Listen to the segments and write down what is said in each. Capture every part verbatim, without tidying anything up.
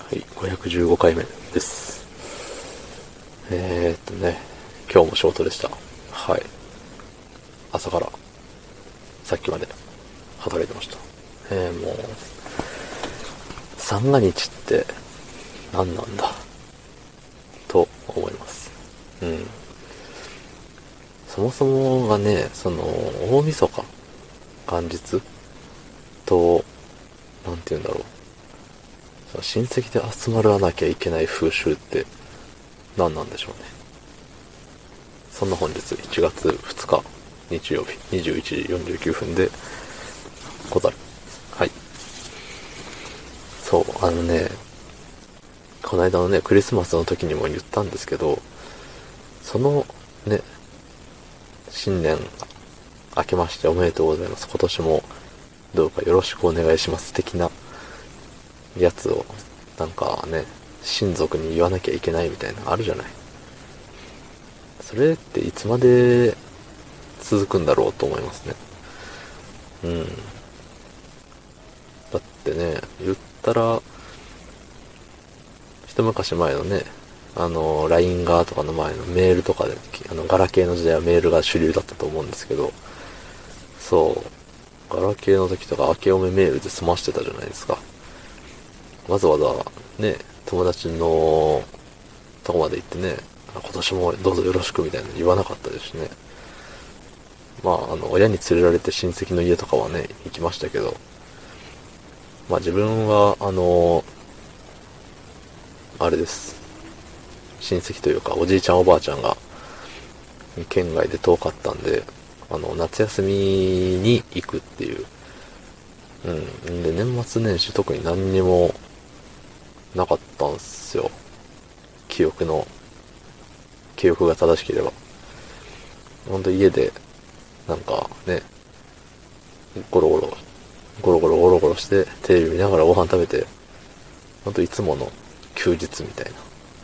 はい、ごひゃくじゅうごかいめです。えーっとね、今日もショートでした。はい。朝から、さっきまで、働いてました。えー、もう、三が日って何なんだ、と思います。うん。そもそもがね、その、大晦日、元日と、なんて言うんだろう。その親戚で集まらなきゃいけない風習って何なんでしょうね。そんな本日いちがつふつか日曜日にじゅういちじよんじゅうきゅうふんでござる。はい。そう、あのね、この間のね、クリスマスの時にも言ったんですけど、そのね、新年明けましておめでとうございます。今年もどうかよろしくお願いします的なやつを、なんかね、親族に言わなきゃいけないみたいな、あるじゃない。それっていつまで続くんだろうと思いますね。うん。だってね、言ったら、一昔前のね、あの、ライン ガーとかの前のメールとかで、あの、ガラケーの時代はメールが主流だったと思うんですけど、そう、ガラケーの時とか明けおめメールで済ましてたじゃないですか。わざわざ、ね、友達のとこまで行ってね、今年もどうぞよろしくみたいなの言わなかったですしね。まあ、あの、親に連れられて親戚の家とかはね、行きましたけど、まあ自分は、あの、あれです。親戚というか、おじいちゃんおばあちゃんが、県外で遠かったんで、あの、夏休みに行くっていう。うん。で、年末年始特に何にもなかったんすよ。記憶の、記憶が正しければ。ほんと家で、なんかね、ゴロゴロ、ゴロゴロゴロゴロして、テレビ見ながらご飯食べて、ほんといつもの休日みたいな。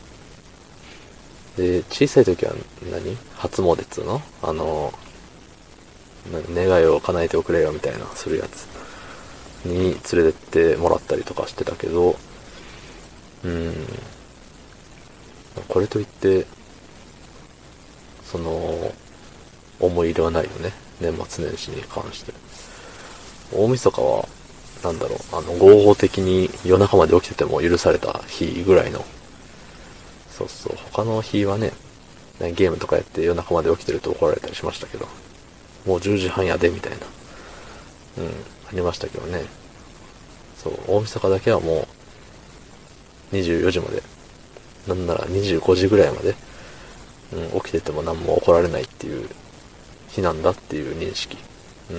で、小さい時は何初詣っつうのあの、願いを叶えておくれよみたいな、するやつに連れてってもらったりとかしてたけど、うーん、これといって、その、思い入れはないよね。年末年始に関して。大晦日は、なんだろう、あの、合法的に夜中まで起きてても許された日ぐらいの、そうそう、他の日はね、ゲームとかやって夜中まで起きてると怒られたりしましたけど、もうじゅうじはんやで、みたいな。うん、ありましたけどね。そう、大晦日だけはもう、にじゅうよじまで、なんならにじゅうごじぐらいまで、うん、起きてても何も怒られないっていう日なんだっていう認識。うん。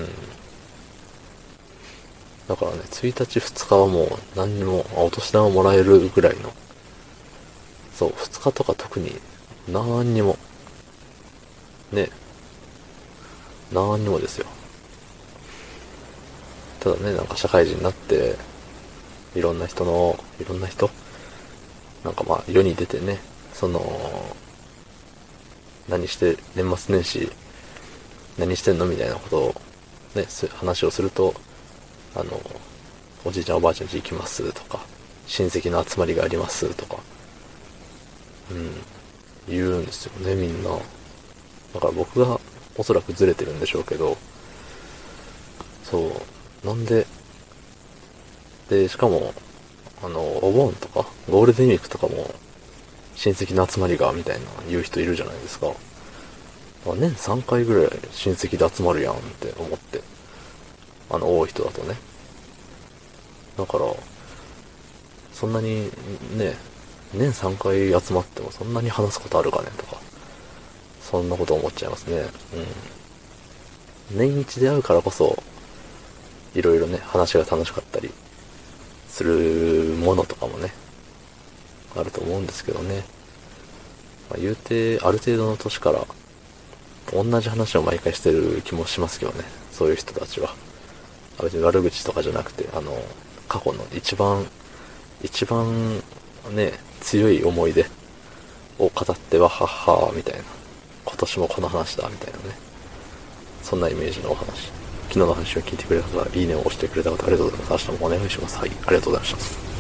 だからね、ついたちふつかはもう何にも、お年玉もらえるぐらいの、そう、ふつかとか特に何にも、ね、何にもですよ。ただね、なんか社会人になって、いろんな人の、いろんな人なんかまあ世に出てね、その、何して、年末年始、何してんのみたいなことを、ね、話をすると、あの、おじいちゃんおばあちゃん家行きますとか、親戚の集まりがありますとか、うん、言うんですよね、みんな。だから僕がおそらくずれてるんでしょうけど、そう、なんで、で、しかも、あの、お盆とか、ゴールデンウィークとかも、親戚の集まりが、みたいな言う人いるじゃないですか。年さんかいぐらい親戚で集まるやんって思って。あの、多い人だとね。だから、そんなに、ね、年さんかい集まってもそんなに話すことあるかねとか、そんなこと思っちゃいますね。うん。年一で会うからこそ、いろいろね、話が楽しかったり、するものとかもね、あると思うんですけどね。まあ、言うて、ある程度の年から、同じ話を毎回してる気もしますけどね。そういう人たちは。別に悪口とかじゃなくて、あの、過去の一番、一番ね、強い思い出を語っては、はっはーみたいな。今年もこの話だ、みたいなね。そんなイメージのお話。昨日の話を聞いてくれた方、いいねを押してくれた方、ありがとうございます。明日もお願いします。はい、ありがとうございました。